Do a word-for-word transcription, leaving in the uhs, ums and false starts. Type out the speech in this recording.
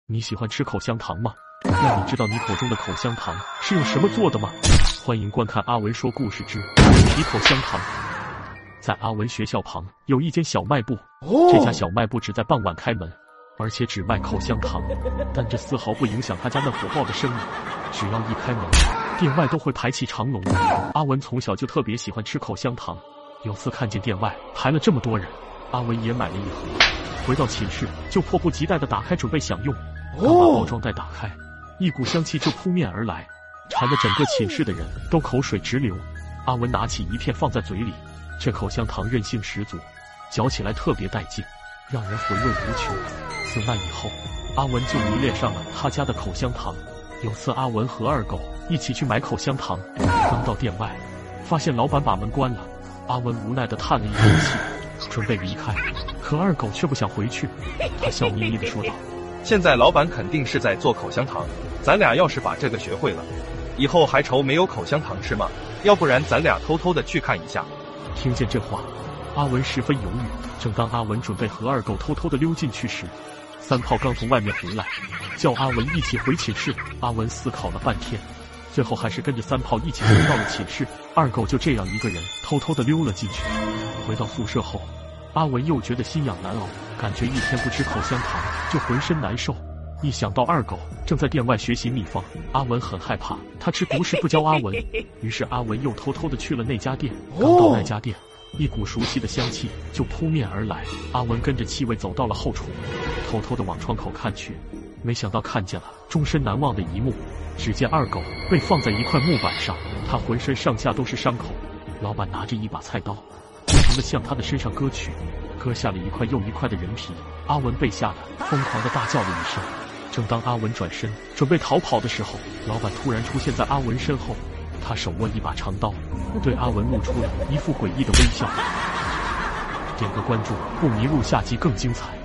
你喜欢吃口香糖吗？那你知道你口中的口香糖是用什么做的吗？欢迎观看阿文说故事之皮口香糖。在阿文学校旁有一间小卖部，这家小卖部只在傍晚开门，而且只卖口香糖，但这丝毫不影响他家那火爆的生意。只要一开门，店外都会排起长龙。阿文从小就特别喜欢吃口香糖，有次看见店外排了这么多人，阿文也买了一盒。回到寝室就迫不及待地打开准备享用，刚把包装袋打开，一股香气就扑面而来，馋得整个寝室的人都口水直流。阿文拿起一片放在嘴里，这口香糖韧性十足，嚼起来特别带劲，让人回味无穷。自那以后，阿文就迷恋上了他家的口香糖。有次阿文和二狗一起去买口香糖，刚到店外，发现老板把门关了，阿文无奈地叹了一口气，准备离开，可二狗却不想回去，他笑眯眯地说道： 现在老板肯定是在做口香糖，咱俩要是把这个学会了，以后还愁没有口香糖吃吗？要不然咱俩偷偷的去看一下。 听见这话，阿文十分犹豫。正当阿文准备和二狗偷偷的溜进去时，三炮刚从外面回来，叫阿文一起回寝室。阿文思考了半天，最后还是跟着三炮一起回到了寝室。二狗就这样一个人偷偷的溜了进去。回到宿舍后，阿文又觉得心痒难熬，感觉一天不吃口香糖就浑身难受。一想到二狗正在店外学习秘方，阿文很害怕他吃独食不教阿文，于是阿文又偷偷的去了那家店。刚到那家店，一股熟悉的香气就扑面而来，阿文跟着气味走到了后厨，偷偷的往窗口看去，没想到看见了终身难忘的一幕。只见二狗被放在一块木板上，他浑身上下都是伤口，老板拿着一把菜刀不停地向他的身上割去，割下了一块又一块的人皮。阿文被吓得疯狂地大叫了一声。正当阿文转身准备逃跑的时候，老板突然出现在阿文身后，他手握一把长刀，对阿文露出了一副诡异的微笑。点个关注不迷路，下集更精彩。